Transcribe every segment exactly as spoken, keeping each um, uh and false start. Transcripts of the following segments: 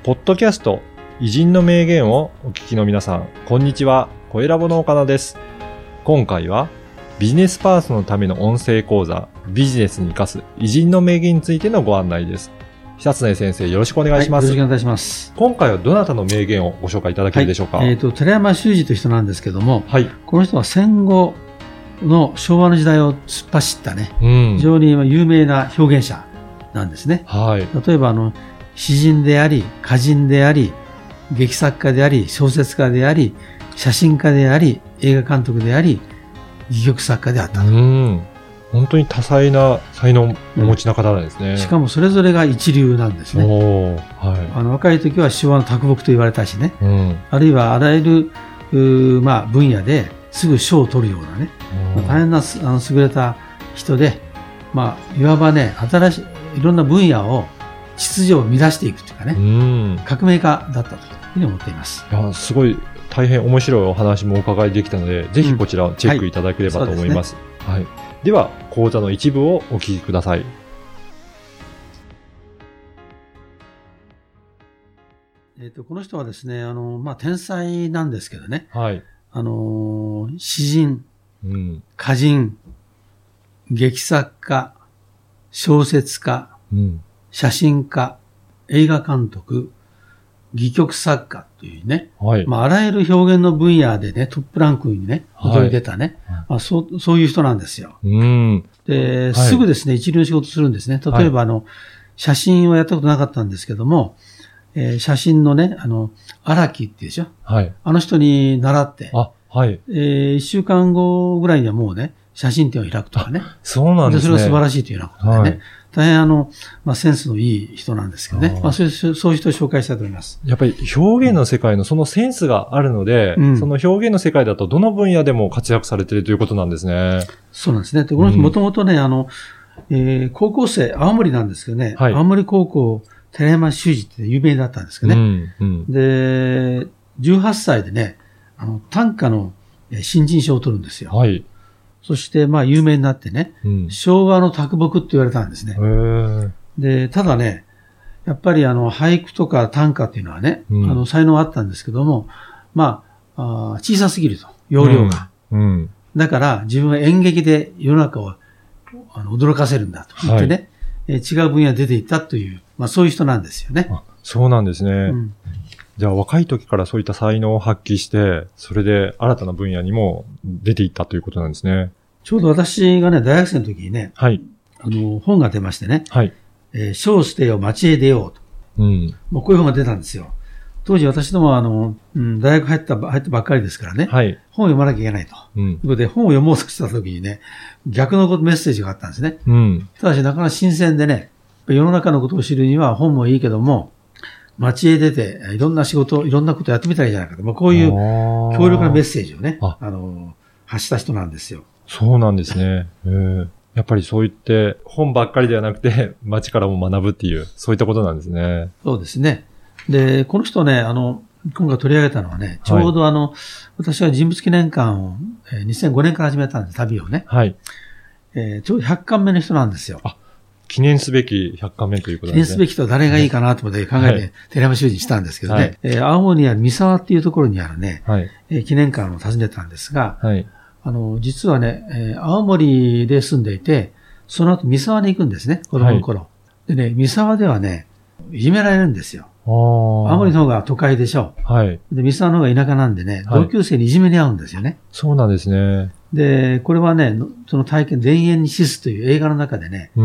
ポッドキャスト偉人の名言をお聞きの皆さん、こんにちは。声ラボの岡田です。今回はビジネスパーソンのための音声講座、ビジネスに生かす偉人の名言についてのご案内です。久常先生、よろしくお願いします。 はい、よろしくお願いします。 今回はどなたの名言をご紹介いただけるでしょうか。 はい、えっと、寺山修司という人なんですけども、 はい、 この人は戦後の昭和の時代を突っ走ったね、 うん、 非常に有名な表現者なんですね。 はい、 例えばあの詩人であり歌人であり劇作家であり小説家であり写真家であり映画監督であり戯曲作家であったと。 うん、本当に多彩な才能をお持ちな方なんですね。 うん、しかもそれぞれが一流なんですね。 お、はい、 あの若い時は昭和の卓木と言われたしね、うん、あるいはあらゆるまあ、分野ですぐ賞を取るようなね、まあ、大変なあの優れた人で、まあ、いわばね新しいいろんな分野を秩序を乱していくというかね、うん、革命家だったというふうに思っています。 いや、すごい大変面白いお話もお伺いできたので、ぜひこちらをチェックいただければと思います。うん、はい、そうですね。はい。では講座の一部をお聞きください。 えーと、この人はですね、あのまあ、天才なんですけどね、 はい、 あの詩人、 うん、 歌人、劇作家、小説家、うん、写真家、映画監督、戯曲作家というね、はい、まあ、あらゆる表現の分野でね、トップランクにね、躍り出たね、はい、まあ、そう、そういう人なんですよ。うん、で、はい、すぐですね、一流の仕事するんですね。例えば、あの、はい、写真をやったことなかったんですけども、えー、写真のね、あの、荒木っていうでしょ、はい、あの人に習って、あ、はい、えー、一週間後ぐらいにはもうね、写真展を開くとかね。 そうなんですね。 でそれが素晴らしいというようなことでね。はい、大変あの、まあ、センスのいい人なんですけどね。まあ、そういう、そういう人を紹介したいと思います。 やっぱり表現の世界のそのセンスがあるので、うん、その表現の世界だとどの分野でも活躍されているということなんですね。 そうなんですね。で、この人もともとね、あの、えー、高校生、青森なんですけどね、はい、青森高校、寺山修司って有名だったんですけどね。うんうん、で、じゅうはっさいでね、あの、短歌の新人賞を取るんですよ。はい。そして、まあ、有名になってね、うん、昭和の卓木って言われたんですね。で、ただね、やっぱりあの、俳句とか短歌っていうのはね、うん、あの、才能はあったんですけども、まあ、あ小さすぎると、容量が。うんうん、だから、自分は演劇で世の中をあの驚かせるんだと言ってね、はい、え違う分野に出ていったという、まあ、そういう人なんですよね。 あ、そうなんですね。うん、じゃあ若い時からそういった才能を発揮して、それで新たな分野にも出ていったということなんですね。 ちょうど私がね、大学生の時にね、 はい、 あの、本が出ましてね、 はい、 えー、書を捨てよ、街へ出ようと。うん。もうこういう本が出たんですよ。当時私どもは、あの、うん、大学入った、入ったばっかりですからね、はい、本を読まなきゃいけないと。うん。ということで、本を読もうとした時にね、逆のメッセージがあったんですね。うん。ただし、なかなか新鮮でね、世の中のことを知るには本もいいけども、街へ出て、いろんな仕事、いろんなことをやってみたらいいじゃないかと。まあ、こういう強力なメッセージをね、あ, あの、発した人なんですよ。 そうなんですね。えー、やっぱりそう言って本ばっかりではなくて街からも学ぶっていうそういったことなんですね。 そうですね。で、この人ね、あの今回取り上げたのはね、ちょうどあの、はい、私は人物記念館を、えー、にせんごねんから始めたんです、旅をね。はい。えー、ちょうどひゃっかんめの人なんですよ。あ、 記念すべきひゃっかんめということですね。 記念すべきと誰がいいかなと思って考えて、はい、寺山修司にしたんですけどね、はい、えー、青森にある三沢っていうところにあるね、はい、えー、記念館を訪ねたんですが、はい、あの、実はね、えー、青森で住んでいて、その後三沢に行くんですね、子供の頃。はい、でね、三沢ではね、いじめられるんですよ。青森の方が都会でしょう。はい。で、三沢の方が田舎なんでね、同級生にいじめに遭うんですよね。はい、 そうなんですね。 で、これはね、その体験、田園に死すという映画の中でね、うん、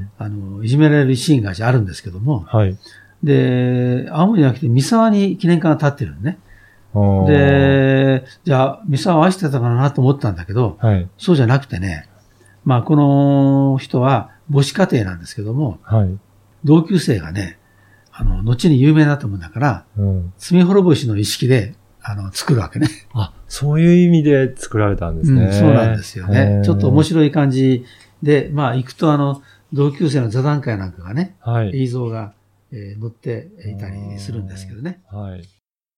あの、いじめられるシーンがあるんですけども、はい。で、青森じゃなくて三沢に記念館が建ってるのね。で、じゃあ、三沢を愛してたかなと思ったんだけど、はい、そうじゃなくてね、まあ、この人は母子家庭なんですけども、はい、同級生がね、あの、後に有名だったもんだから、うん、罪滅ぼしの意識で、あの、作るわけね。 あ、そういう意味で作られたんですね。 うん、そうなんですよね。ちょっと面白い感じで、まあ、行くとあの、同級生の座談会なんかがね、はい、映像が、えー、載っていたりするんですけどね。はい。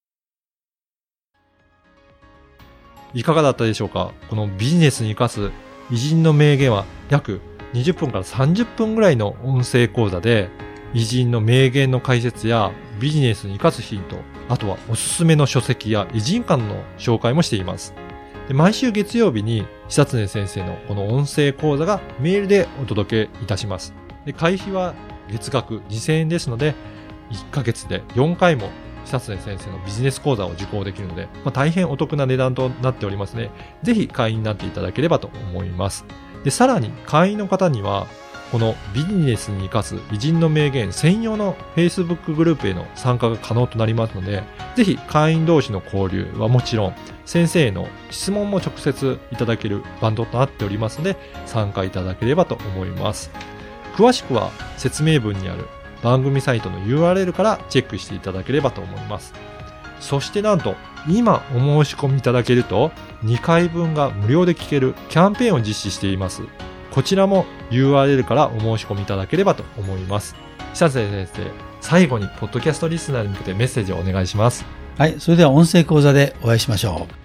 いかがだったでしょうか。このビジネスに生かす偉人の名言は約にじゅっぷんからさんじゅっぷんぐらいの音声講座で、 偉人の名言の解説やビジネスに生かすヒント、あとはおすすめの書籍や偉人館の紹介もしています。で、毎週月曜日に久常先生のこの音声講座がメールでお届けいたします。で、会費は月額にせんえんですので、いっかげつでよんかいも久常先生のビジネス講座を受講できるので、まあ、大変お得な値段となっておりますので、ぜひ会員になっていただければと思います。で、さらに会員の方には、このビジネスに生かす偉人の名言専用の Facebook グループへの参加が可能となりますので、ぜひ会員同士の交流はもちろん、先生への質問も直接いただけるバンドとなっておりますので、参加いただければと思います。詳しくは説明文にある番組サイトの ユーアールエル からチェックしていただければと思います。そしてなんと、今お申し込みいただけるとにかいぶんが無料で聞けるキャンペーンを実施しています。こちらも ユーアールエル からお申し込みいただければと思います。久常先生、最後にポッドキャストリスナーに向けてメッセージをお願いします。 はい、それでは音声講座でお会いしましょう。